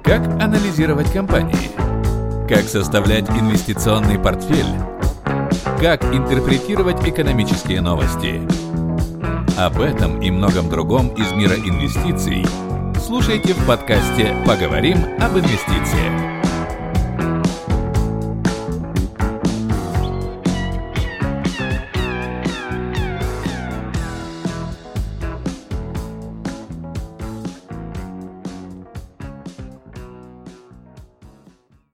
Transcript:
Как анализировать компании? Как составлять инвестиционный портфель? Как интерпретировать экономические новости? Об этом и многом другом из мира инвестиций слушайте в подкасте «Поговорим об инвестициях».